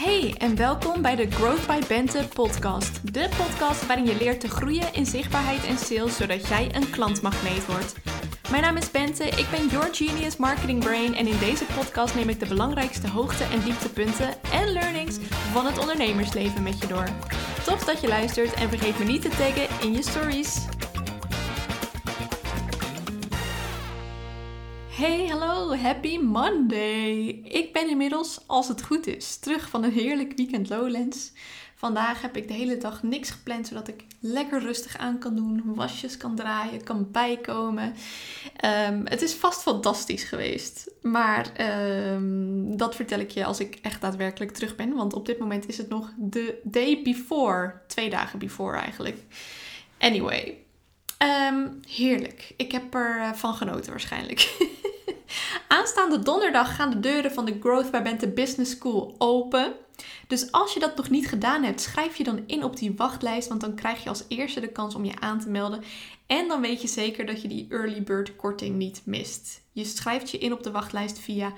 Hey en welkom bij de Growth by Bente podcast. De podcast waarin je leert te groeien in zichtbaarheid en sales, zodat jij een klantmagneet wordt. Mijn naam is Bente, ik ben your genius marketing brain en in deze podcast neem ik de belangrijkste hoogte- en dieptepunten en learnings van het ondernemersleven met je door. Tof dat je luistert en vergeet me niet te taggen in je stories. Hey, hallo, happy Monday! Ik ben inmiddels, als het goed is, terug van een heerlijk weekend Lowlands. Vandaag heb ik de hele dag niks gepland, zodat ik lekker rustig aan kan doen, wasjes kan draaien, kan bijkomen. Het is vast fantastisch geweest, maar dat vertel ik je als ik echt daadwerkelijk terug ben. Want op dit moment is het nog de day before, 2 dagen before eigenlijk. Anyway, heerlijk. Ik heb ervan genoten waarschijnlijk. Aanstaande donderdag gaan de deuren van de Growth by Bente Business School open. Dus als je dat nog niet gedaan hebt, schrijf je dan in op die wachtlijst. Want dan krijg je als eerste de kans om je aan te melden. En dan weet je zeker dat je die early bird korting niet mist. Je schrijft je in op de wachtlijst via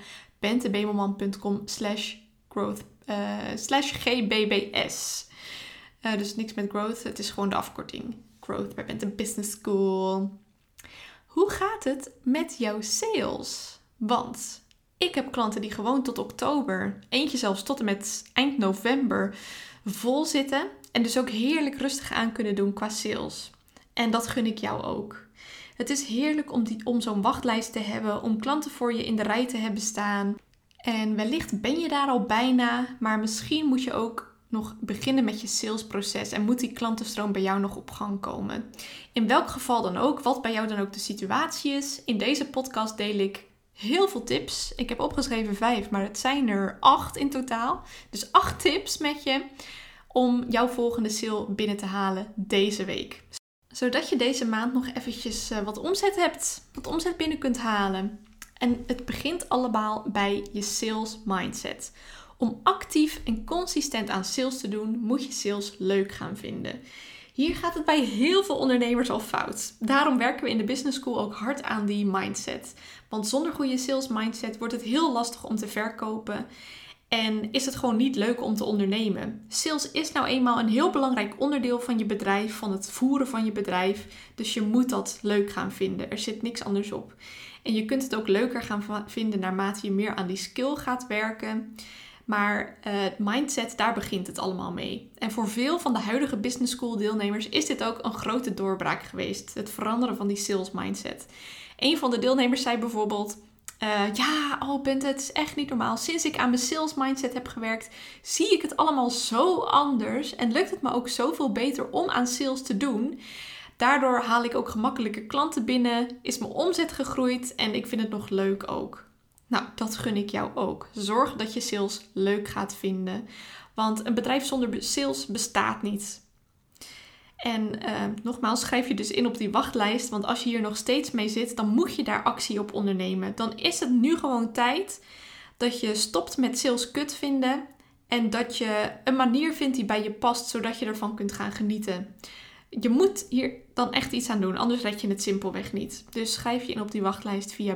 bentebemelman.com/growth/GBBS. Dus niks met growth, het is gewoon de afkorting. Growth by Bente Business School. Hoe gaat het met jouw sales? Want ik heb klanten die gewoon tot oktober, eentje zelfs tot en met eind november, vol zitten. En dus ook heerlijk rustig aan kunnen doen qua sales. En dat gun ik jou ook. Het is heerlijk om zo'n wachtlijst te hebben, om klanten voor je in de rij te hebben staan. En wellicht ben je daar al bijna, maar misschien moet je ook nog beginnen met je salesproces en moet die klantenstroom bij jou nog op gang komen. In welk geval dan ook, wat bij jou dan ook de situatie is. In deze podcast deel ik heel veel tips. Ik heb opgeschreven 5, maar het zijn er 8 in totaal. Dus 8 tips met je om jouw volgende sale binnen te halen deze week. Zodat je deze maand nog eventjes wat omzet hebt, wat omzet binnen kunt halen. En het begint allemaal bij je sales mindset. Om actief en consistent aan sales te doen, moet je sales leuk gaan vinden. Hier gaat het bij heel veel ondernemers al fout. Daarom werken we in de Business School ook hard aan die mindset. Want zonder goede sales mindset wordt het heel lastig om te verkopen. En is het gewoon niet leuk om te ondernemen. Sales is nou eenmaal een heel belangrijk onderdeel van je bedrijf, van het voeren van je bedrijf. Dus je moet dat leuk gaan vinden. Er zit niks anders op. En je kunt het ook leuker gaan vinden naarmate je meer aan die skill gaat werken. Maar mindset, daar begint het allemaal mee. En voor veel van de huidige Business School deelnemers is dit ook een grote doorbraak geweest. Het veranderen van die sales mindset. Een van de deelnemers zei bijvoorbeeld: Bente, het is echt niet normaal. Sinds ik aan mijn sales mindset heb gewerkt, zie ik het allemaal zo anders. En lukt het me ook zoveel beter om aan sales te doen. Daardoor haal ik ook gemakkelijker klanten binnen. Is mijn omzet gegroeid en ik vind het nog leuk ook. Nou, dat gun ik jou ook. Zorg dat je sales leuk gaat vinden. Want een bedrijf zonder sales bestaat niet. En nogmaals, schrijf je dus in op die wachtlijst. Want als je hier nog steeds mee zit, dan moet je daar actie op ondernemen. Dan is het nu gewoon tijd dat je stopt met sales kut vinden. En dat je een manier vindt die bij je past, zodat je ervan kunt gaan genieten. Je moet hier dan echt iets aan doen, anders red je het simpelweg niet. Dus schrijf je in op die wachtlijst via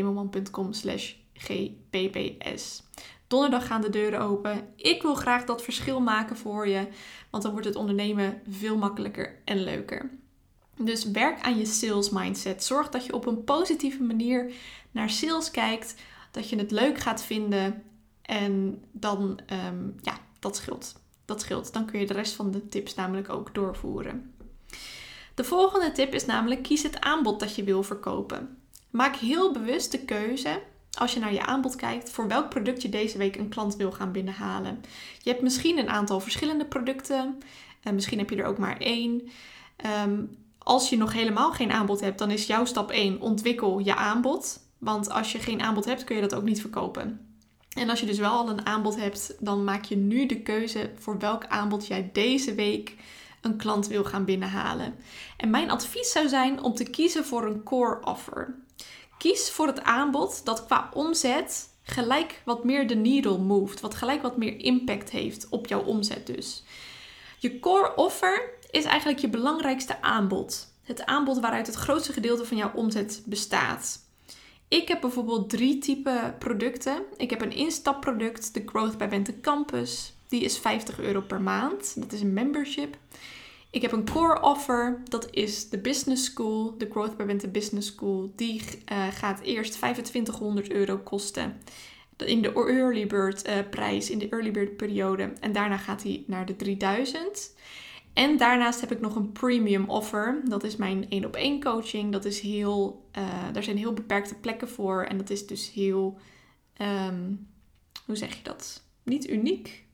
bentebemelman.com/GBBS. Donderdag gaan de deuren open. Ik wil graag dat verschil maken voor je, want dan wordt het ondernemen veel makkelijker en leuker. Dus werk aan je sales mindset. Zorg dat je op een positieve manier naar sales kijkt, dat je het leuk gaat vinden en dan, dat scheelt. Dat scheelt. Dan kun je de rest van de tips namelijk ook doorvoeren. De volgende tip is namelijk: kies het aanbod dat je wil verkopen. Maak heel bewust de keuze, als je naar je aanbod kijkt, voor welk product je deze week een klant wil gaan binnenhalen. Je hebt misschien een aantal verschillende producten. Misschien heb je er ook maar 1. Als je nog helemaal geen aanbod hebt, dan is jouw stap 1: ontwikkel je aanbod. Want als je geen aanbod hebt, kun je dat ook niet verkopen. En als je dus wel al een aanbod hebt, dan maak je nu de keuze voor welk aanbod jij deze week een klant wil gaan binnenhalen. En mijn advies zou zijn om te kiezen voor een core offer. Kies voor het aanbod dat qua omzet gelijk wat meer de needle moved. Wat gelijk wat meer impact heeft op jouw omzet dus. Je core offer is eigenlijk je belangrijkste aanbod. Het aanbod waaruit het grootste gedeelte van jouw omzet bestaat. Ik heb bijvoorbeeld 3 typen producten. Ik heb een instapproduct, de Growth by Bente Campus. Die is €50 per maand. Dat is een membership. Ik heb een core offer. Dat is de Business School. De Growth by Bente Business School. Die gaat eerst €2500 kosten. In de early bird prijs. In de early bird periode. En daarna gaat die naar de 3000. En daarnaast heb ik nog een premium offer. Dat is mijn 1-op-1 coaching. Dat is daar zijn heel beperkte plekken voor. En dat is dus heel... hoe zeg je dat? Niet uniek.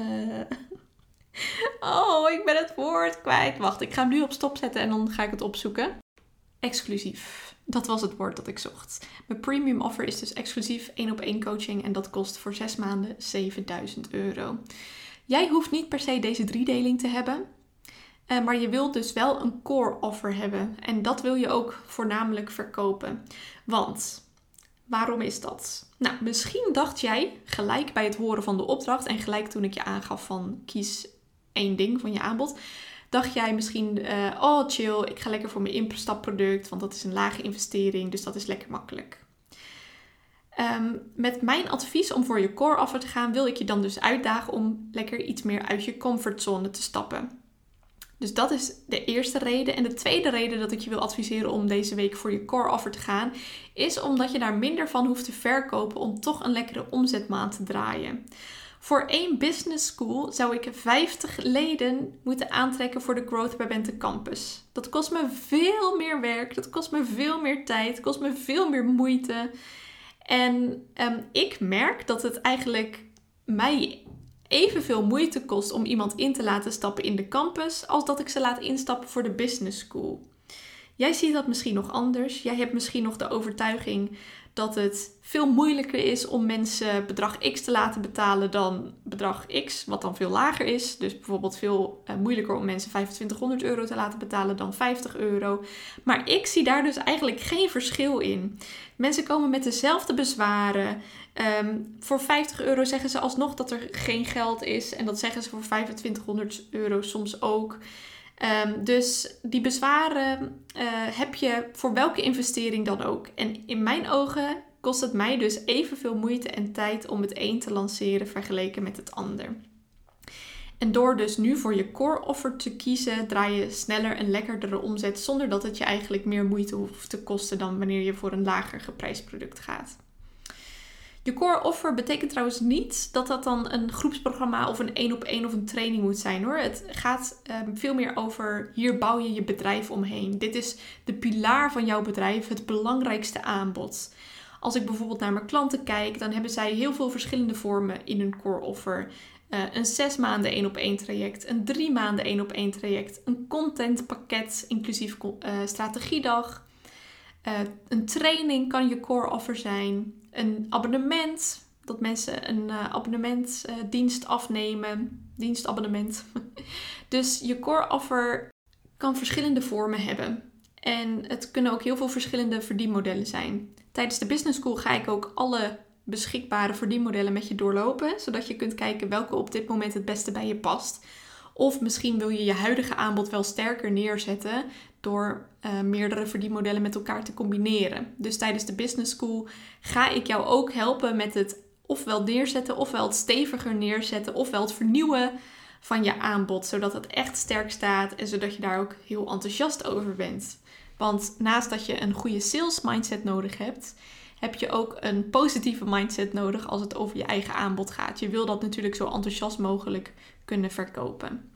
Ik ben het woord kwijt. Wacht, ik ga hem nu op stop zetten en dan ga ik het opzoeken. Exclusief. Dat was het woord dat ik zocht. Mijn premium offer is dus exclusief 1-op-1 coaching. En dat kost voor 6 maanden €7000. Jij hoeft niet per se deze 3-deling te hebben. Maar je wilt dus wel een core offer hebben. En dat wil je ook voornamelijk verkopen. Want... waarom is dat? Nou, misschien dacht jij gelijk bij het horen van de opdracht en gelijk toen ik je aangaf van kies 1 ding van je aanbod, dacht jij misschien, chill, ik ga lekker voor mijn instapproduct, want dat is een lage investering, dus dat is lekker makkelijk. Met mijn advies om voor je core offer te gaan, wil ik je dan dus uitdagen om lekker iets meer uit je comfortzone te stappen. Dus dat is de eerste reden. En de tweede reden dat ik je wil adviseren om deze week voor je core offer te gaan, is omdat je daar minder van hoeft te verkopen om toch een lekkere omzetmaand te draaien. Voor 1 business school zou ik 50 leden moeten aantrekken voor de Growth by Bente Campus. Dat kost me veel meer werk, dat kost me veel meer tijd, kost me veel meer moeite. En ik merk dat het eigenlijk mij evenveel moeite kost om iemand in te laten stappen in de campus als dat ik ze laat instappen voor de business school. Jij ziet dat misschien nog anders. Jij hebt misschien nog de overtuiging dat het veel moeilijker is om mensen bedrag X te laten betalen dan bedrag X, wat dan veel lager is. Dus bijvoorbeeld veel moeilijker om mensen €2500 te laten betalen dan €50. Maar ik zie daar dus eigenlijk geen verschil in. Mensen komen met dezelfde bezwaren. Voor €50 zeggen ze alsnog dat er geen geld is. En dat zeggen ze voor €2500 soms ook. Dus die bezwaren heb je voor welke investering dan ook. En in mijn ogen kost het mij dus evenveel moeite en tijd om het een te lanceren vergeleken met het ander. En door dus nu voor je core offer te kiezen, draai je sneller een lekkerdere omzet zonder dat het je eigenlijk meer moeite hoeft te kosten dan wanneer je voor een lager geprijsd product gaat. Je core offer betekent trouwens niet dat dat dan een groepsprogramma of een 1-op-1 of een training moet zijn hoor. Het gaat veel meer over, hier bouw je je bedrijf omheen. Dit is de pilaar van jouw bedrijf, het belangrijkste aanbod. Als ik bijvoorbeeld naar mijn klanten kijk, dan hebben zij heel veel verschillende vormen in hun core offer. Een 6 maanden 1-op-1 traject, een 3 maanden 1-op-1 traject, een contentpakket inclusief strategiedag. Een training kan je core offer zijn. Een abonnement, dat mensen een abonnementdienst afnemen. Dienstabonnement. Dus je core offer kan verschillende vormen hebben. En het kunnen ook heel veel verschillende verdienmodellen zijn. Tijdens de Business School ga ik ook alle beschikbare verdienmodellen met je doorlopen. Zodat je kunt kijken welke op dit moment het beste bij je past. Of misschien wil je je huidige aanbod wel sterker neerzetten door meerdere verdienmodellen met elkaar te combineren. Dus tijdens de Business School ga ik jou ook helpen met het ofwel neerzetten, ofwel het steviger neerzetten, ofwel het vernieuwen van je aanbod. Zodat het echt sterk staat en zodat je daar ook heel enthousiast over bent. Want naast dat je een goede sales mindset nodig hebt, heb je ook een positieve mindset nodig als het over je eigen aanbod gaat. Je wil dat natuurlijk zo enthousiast mogelijk kunnen verkopen.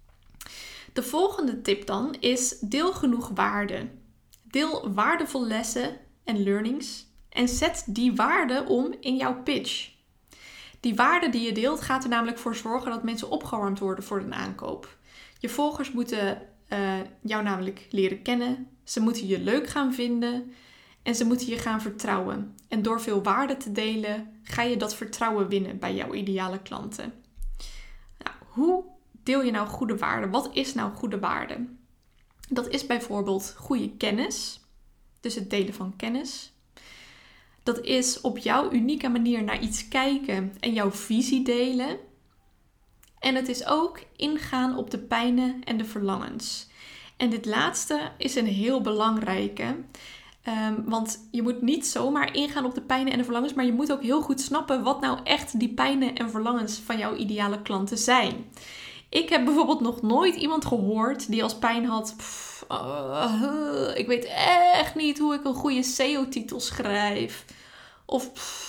De volgende tip dan is deel genoeg waarde. Deel waardevolle lessen en learnings en zet die waarde om in jouw pitch. Die waarde die je deelt gaat er namelijk voor zorgen dat mensen opgewarmd worden voor een aankoop. Je volgers moeten jou namelijk leren kennen. Ze moeten je leuk gaan vinden en ze moeten je gaan vertrouwen. En door veel waarde te delen ga je dat vertrouwen winnen bij jouw ideale klanten. Nou, hoe deel je nou goede waarde? Wat is nou goede waarde? Dat is bijvoorbeeld goede kennis. Dus het delen van kennis. Dat is op jouw unieke manier naar iets kijken en jouw visie delen. En het is ook ingaan op de pijnen en de verlangens. En dit laatste is een heel belangrijke. Want je moet niet zomaar ingaan op de pijnen en de verlangens, maar je moet ook heel goed snappen wat nou echt die pijnen en verlangens van jouw ideale klanten zijn. Ik heb bijvoorbeeld nog nooit iemand gehoord die als pijn had: ik weet echt niet hoe ik een goede SEO-titel schrijf. Of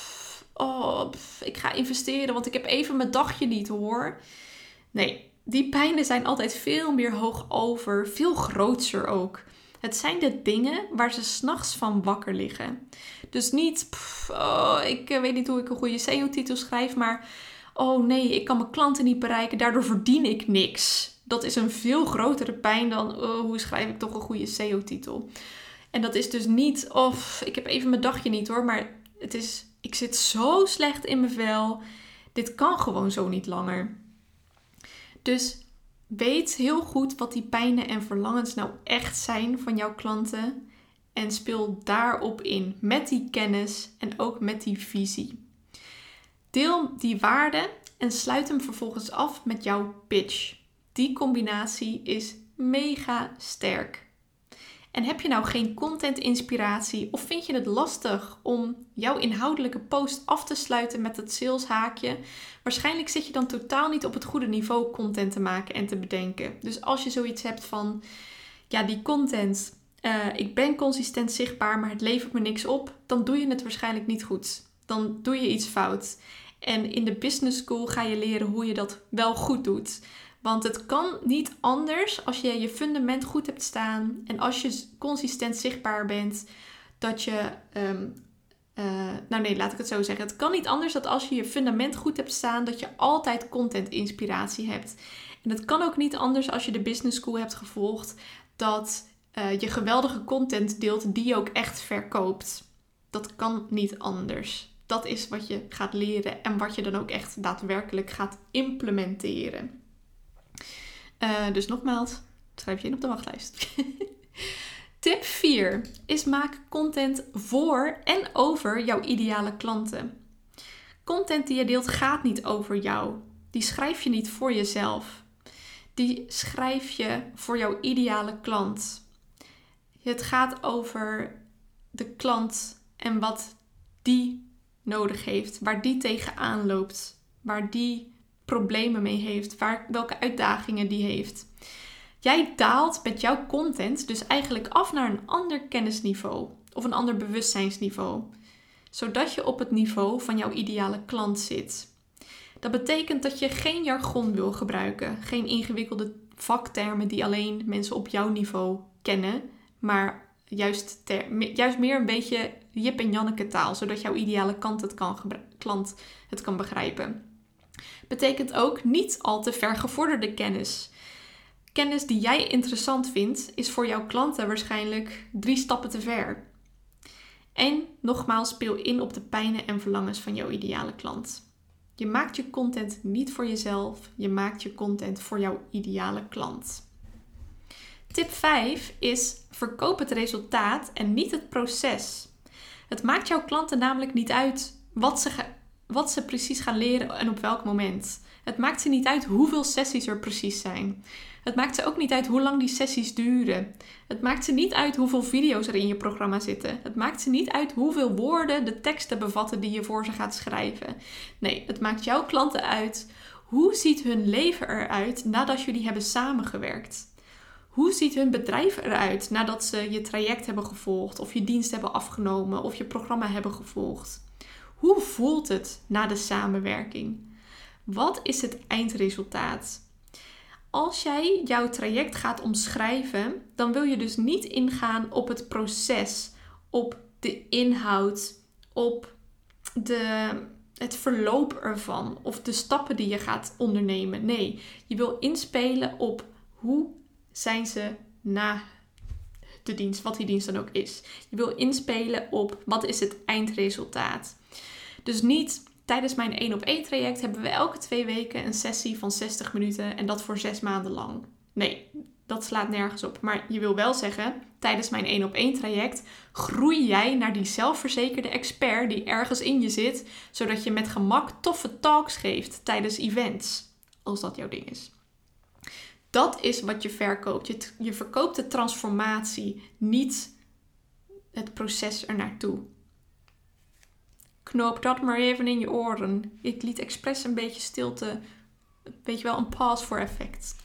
ik ga investeren, want ik heb even mijn dagje niet, hoor. Nee, die pijnen zijn altijd veel meer hoog over, veel grootser ook. Het zijn de dingen waar ze 's nachts van wakker liggen. Dus niet, ik weet niet hoe ik een goede SEO-titel schrijf, maar oh nee, ik kan mijn klanten niet bereiken, daardoor verdien ik niks. Dat is een veel grotere pijn dan, hoe schrijf ik toch een goede SEO-titel? En dat is dus niet, ik heb even mijn dagje niet, hoor, maar het is, ik zit zo slecht in mijn vel. Dit kan gewoon zo niet langer. Dus weet heel goed wat die pijnen en verlangens nou echt zijn van jouw klanten. En speel daarop in met die kennis en ook met die visie. Deel die waarden en sluit hem vervolgens af met jouw pitch. Die combinatie is mega sterk. En heb je nou geen content-inspiratie of vind je het lastig om jouw inhoudelijke post af te sluiten met het saleshaakje? Waarschijnlijk zit je dan totaal niet op het goede niveau content te maken en te bedenken. Dus als je zoiets hebt van, ja, die content, ik ben consistent zichtbaar, maar het levert me niks op, dan doe je het waarschijnlijk niet goed. Dan doe je iets fout. En in de business school ga je leren hoe je dat wel goed doet. Want het kan niet anders als je je fundament goed hebt staan en als je consistent zichtbaar bent, dat je, laat ik het zo zeggen. Het kan niet anders dat als je je fundament goed hebt staan, dat je altijd content inspiratie hebt. En het kan ook niet anders als je de business school hebt gevolgd, dat je geweldige content deelt die je ook echt verkoopt. Dat kan niet anders. Dat is wat je gaat leren en wat je dan ook echt daadwerkelijk gaat implementeren. Dus nogmaals, schrijf je in op de wachtlijst. Tip 4 is maak content voor en over jouw ideale klanten. Content die je deelt gaat niet over jou. Die schrijf je niet voor jezelf. Die schrijf je voor jouw ideale klant. Het gaat over de klant en wat die nodig heeft, waar die tegenaan loopt, waar die problemen mee heeft, welke uitdagingen die heeft. Jij daalt met jouw content dus eigenlijk af naar een ander kennisniveau of een ander bewustzijnsniveau, zodat je op het niveau van jouw ideale klant zit. Dat betekent dat je geen jargon wil gebruiken, geen ingewikkelde vaktermen die alleen mensen op jouw niveau kennen, maar juist meer een beetje Jip en Janneke taal, zodat jouw ideale klant het kan begrijpen. Betekent ook niet al te ver gevorderde kennis. Kennis die jij interessant vindt, is voor jouw klanten waarschijnlijk 3 stappen te ver. En nogmaals, speel in op de pijnen en verlangens van jouw ideale klant. Je maakt je content niet voor jezelf, je maakt je content voor jouw ideale klant. Tip 5 is: verkoop het resultaat en niet het proces. Het maakt jouw klanten namelijk niet uit wat ze precies gaan leren en op welk moment. Het maakt ze niet uit hoeveel sessies er precies zijn. Het maakt ze ook niet uit hoe lang die sessies duren. Het maakt ze niet uit hoeveel video's er in je programma zitten. Het maakt ze niet uit hoeveel woorden de teksten bevatten die je voor ze gaat schrijven. Nee, het maakt jouw klanten uit: hoe ziet hun leven eruit nadat jullie hebben samengewerkt? Hoe ziet hun bedrijf eruit nadat ze je traject hebben gevolgd, of je dienst hebben afgenomen, of je programma hebben gevolgd? Hoe voelt het na de samenwerking? Wat is het eindresultaat? Als jij jouw traject gaat omschrijven, dan wil je dus niet ingaan op het proces, op de inhoud, op het verloop ervan of de stappen die je gaat ondernemen. Nee, je wil inspelen op hoe zijn ze na de dienst, wat die dienst dan ook is. Je wil inspelen op wat is het eindresultaat. Dus niet tijdens mijn 1-op-1 traject hebben we elke 2 weken een sessie van 60 minuten en dat voor 6 maanden lang. Nee, dat slaat nergens op. Maar je wil wel zeggen, tijdens mijn 1-op-1 traject groei jij naar die zelfverzekerde expert die ergens in je zit, zodat je met gemak toffe talks geeft tijdens events, als dat jouw ding is. Dat is wat je verkoopt. Je verkoopt de transformatie, niet het proces ernaartoe. Knoop dat maar even in je oren. Ik liet expres een beetje stilte, weet je wel, een pause voor effect.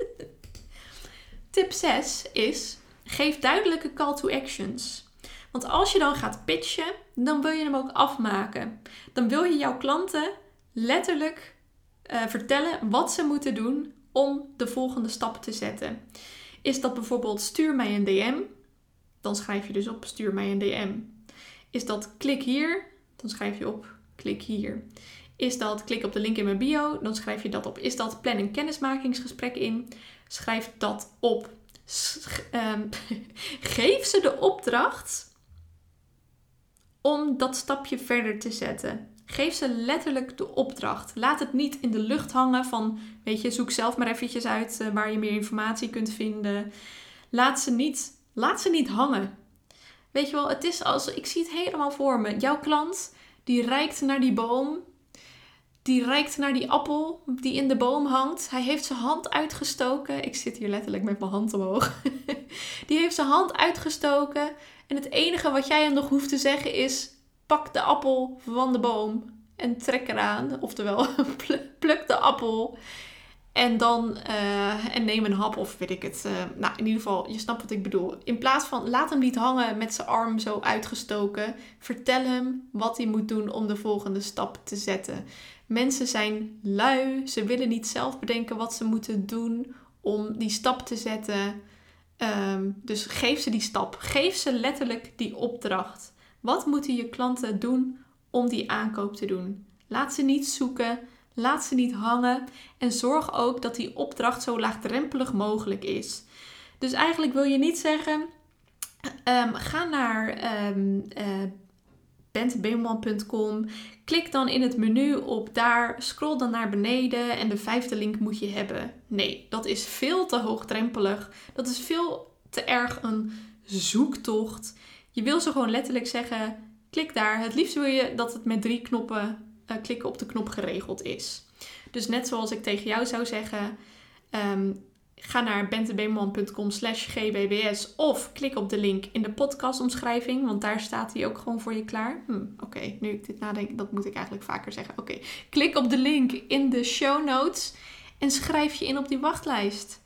Tip 6 is, geef duidelijke call to actions. Want als je dan gaat pitchen, dan wil je hem ook afmaken. Dan wil je jouw klanten letterlijk vertellen wat ze moeten doen om de volgende stap te zetten. Is dat bijvoorbeeld stuur mij een DM? Dan schrijf je dus op stuur mij een DM. Is dat klik hier? Dan schrijf je op klik hier. Is dat klik op de link in mijn bio? Dan schrijf je dat op. Is dat plan een kennismakingsgesprek in? Schrijf dat op. Geef ze de opdracht om dat stapje verder te zetten. Geef ze letterlijk de opdracht. Laat het niet in de lucht hangen van, weet je, zoek zelf maar eventjes uit waar je meer informatie kunt vinden. Laat ze niet hangen. Weet je wel, het is ik zie het helemaal voor me. Jouw klant, die reikt naar die boom. Die reikt naar die appel die in de boom hangt. Hij heeft zijn hand uitgestoken. Ik zit hier letterlijk met mijn hand omhoog. Die heeft zijn hand uitgestoken. En het enige wat jij hem nog hoeft te zeggen is, pak de appel van de boom en trek eraan. Oftewel, pluk de appel. En dan neem een hap of weet ik het. In ieder geval, je snapt wat ik bedoel. In plaats van, laat hem niet hangen met zijn arm zo uitgestoken. Vertel hem wat hij moet doen om de volgende stap te zetten. Mensen zijn lui. Ze willen niet zelf bedenken wat ze moeten doen om die stap te zetten. Dus geef ze die stap. Geef ze letterlijk die opdracht. Wat moeten je klanten doen om die aankoop te doen? Laat ze niet zoeken. Laat ze niet hangen. En zorg ook dat die opdracht zo laagdrempelig mogelijk is. Dus eigenlijk wil je niet zeggen, ga naar bentebeeman.com. Klik dan in het menu op daar. Scroll dan naar beneden. En de 5e link moet je hebben. Nee, dat is veel te hoogdrempelig. Dat is veel te erg een zoektocht. Je wil ze gewoon letterlijk zeggen, klik daar. Het liefst wil je dat het met 3 knoppen klikken op de knop geregeld is. Dus net zoals ik tegen jou zou zeggen, ga naar bentebeeman.com/gbws of klik op de link in de podcastomschrijving, want daar staat hij ook gewoon voor je klaar. Oké, nu ik dit nadenk, dat moet ik eigenlijk vaker zeggen. Oké, klik op de link in de show notes en schrijf je in op die wachtlijst.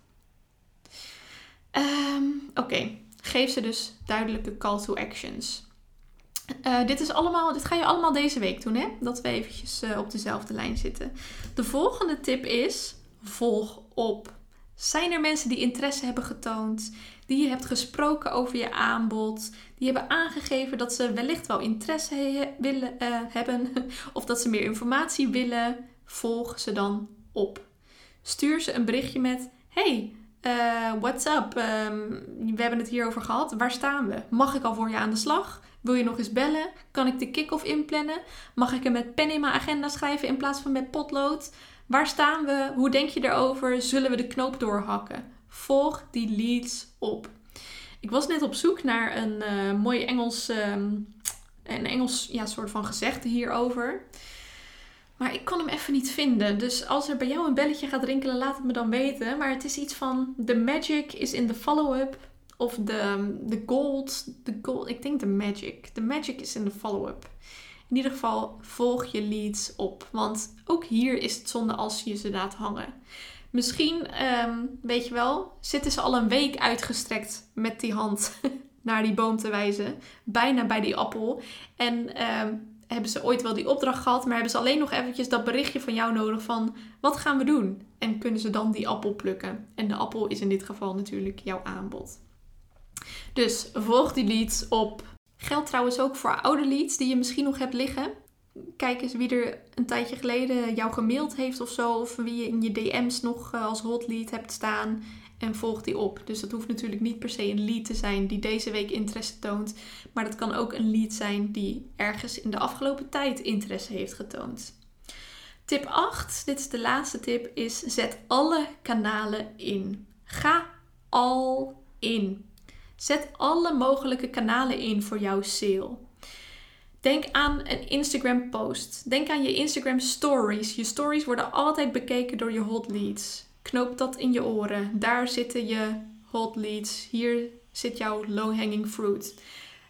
Oké, geef ze dus duidelijke call to actions. Dit ga je allemaal deze week doen, hè? Dat we eventjes op dezelfde lijn zitten. De volgende tip is, volg op. Zijn er mensen die interesse hebben getoond, die je hebt gesproken over je aanbod, die hebben aangegeven dat ze wellicht wel interesse willen hebben of dat ze meer informatie willen? Volg ze dan op. Stuur ze een berichtje met, hey, what's up? We hebben het hierover gehad. Waar staan we? Mag ik al voor je aan de slag? Wil je nog eens bellen? Kan ik de kick-off inplannen? Mag ik hem met pen in mijn agenda schrijven in plaats van met potlood? Waar staan we? Hoe denk je erover? Zullen we de knoop doorhakken? Volg die leads op. Ik was net op zoek naar een mooi Engels soort van gezegde hierover. Maar ik kon hem even niet vinden. Dus als er bij jou een belletje gaat rinkelen, laat het me dan weten. Maar het is iets van, the magic is in the follow-up. Of de gold. Ik denk the magic. The magic is in the follow-up. In ieder geval, volg je leads op. Want ook hier is het zonde als je ze laat hangen. Misschien, weet je wel, zitten ze al een week uitgestrekt met die hand naar die boom te wijzen. Bijna bij die appel. En hebben ze ooit wel die opdracht gehad, maar hebben ze alleen nog eventjes dat berichtje van jou nodig van, wat gaan we doen? En kunnen ze dan die appel plukken? En de appel is in dit geval natuurlijk jouw aanbod. Dus volg die leads op. Geldt trouwens ook voor oude leads die je misschien nog hebt liggen. Kijk eens wie er een tijdje geleden jou gemaild heeft of zo. Of wie je in je DM's nog als hot lead hebt staan. En volg die op. Dus dat hoeft natuurlijk niet per se een lead te zijn die deze week interesse toont. Maar dat kan ook een lead zijn die ergens in de afgelopen tijd interesse heeft getoond. Tip 8, dit is de laatste tip, is zet alle kanalen in. Ga all in. Zet alle mogelijke kanalen in voor jouw sale. Denk aan een Instagram post. Denk aan je Instagram stories. Je stories worden altijd bekeken door je hot leads. Knoop dat in je oren. Daar zitten je hot leads. Hier zit jouw low hanging fruit.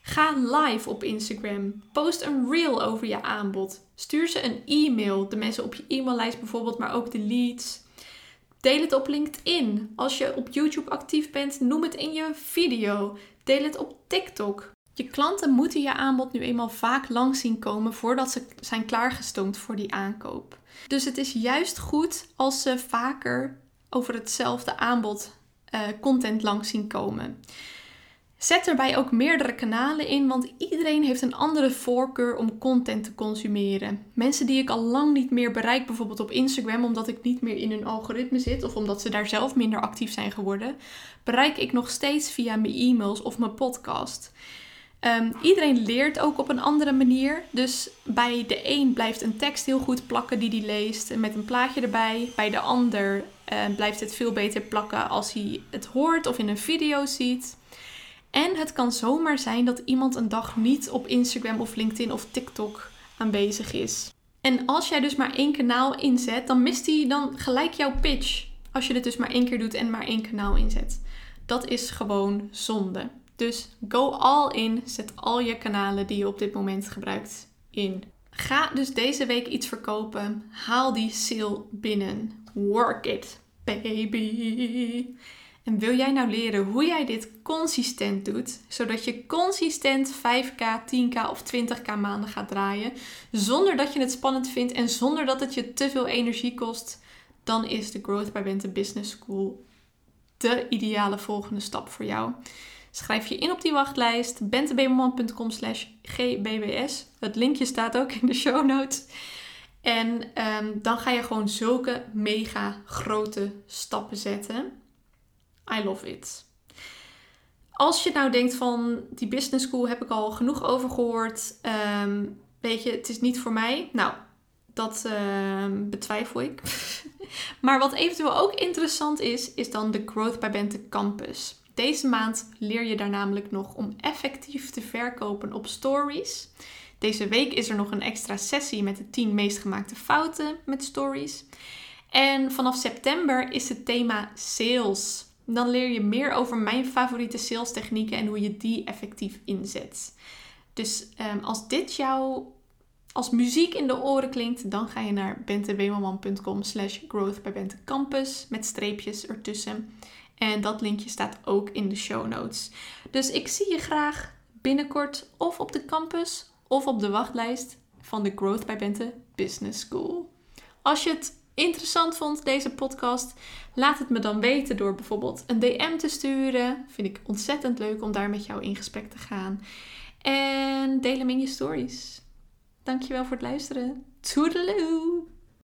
Ga live op Instagram. Post een reel over je aanbod. Stuur ze een e-mail. De mensen op je e-maillijst bijvoorbeeld, maar ook de leads. Deel het op LinkedIn. Als je op YouTube actief bent, noem het in je video. Deel het op TikTok. Je klanten moeten je aanbod nu eenmaal vaak langs zien komen voordat ze zijn klaargestoomd voor die aankoop. Dus het is juist goed als ze vaker over hetzelfde aanbod content langs zien komen. Zet erbij ook meerdere kanalen in, want iedereen heeft een andere voorkeur om content te consumeren. Mensen die ik al lang niet meer bereik, bijvoorbeeld op Instagram, omdat ik niet meer in hun algoritme zit of omdat ze daar zelf minder actief zijn geworden, bereik ik nog steeds via mijn e-mails of mijn podcast. Iedereen leert ook op een andere manier. Dus bij de een blijft een tekst heel goed plakken die leest met een plaatje erbij. Bij de ander blijft het veel beter plakken als hij het hoort of in een video ziet. En het kan zomaar zijn dat iemand een dag niet op Instagram of LinkedIn of TikTok aanwezig is. En als jij dus maar 1 kanaal inzet, dan mist hij dan gelijk jouw pitch. Als je dit dus maar 1 keer doet en maar 1 kanaal inzet. Dat is gewoon zonde. Dus go all in. Zet al je kanalen die je op dit moment gebruikt in. Ga dus deze week iets verkopen. Haal die sale binnen. Work it, baby. En wil jij nou leren hoe jij dit consistent doet, zodat je consistent 5k, 10k of 20k maanden gaat draaien, zonder dat je het spannend vindt en zonder dat het je te veel energie kost, dan is de Growth by Bente Business School de ideale volgende stap voor jou. Schrijf je in op die wachtlijst, bentebemelman.com/gbbs. Het linkje staat ook in de show notes. En dan ga je gewoon zulke mega grote stappen zetten. I love it. Als je nou denkt van die business school heb ik al genoeg over gehoord. Weet je, het is niet voor mij. Nou, dat betwijfel ik. Maar wat eventueel ook interessant is dan de Growth by Bente Campus. Deze maand leer je daar namelijk nog om effectief te verkopen op stories. Deze week is er nog een extra sessie met de 10 meest gemaakte fouten met stories. En vanaf september is het thema sales. Dan leer je meer over mijn favoriete sales technieken en hoe je die effectief inzet. Dus als dit jou als muziek in de oren klinkt, dan ga je naar bentewemelman.com/growthbybentecampus met streepjes ertussen. En dat linkje staat ook in de show notes. Dus ik zie je graag binnenkort of op de campus of op de wachtlijst van de Growth by Bente Business School. Als je het interessant vond, deze podcast, laat het me dan weten door bijvoorbeeld een DM te sturen. Vind ik ontzettend leuk om daar met jou in gesprek te gaan. En deel hem in je stories. Dankjewel voor het luisteren. Toedeloe!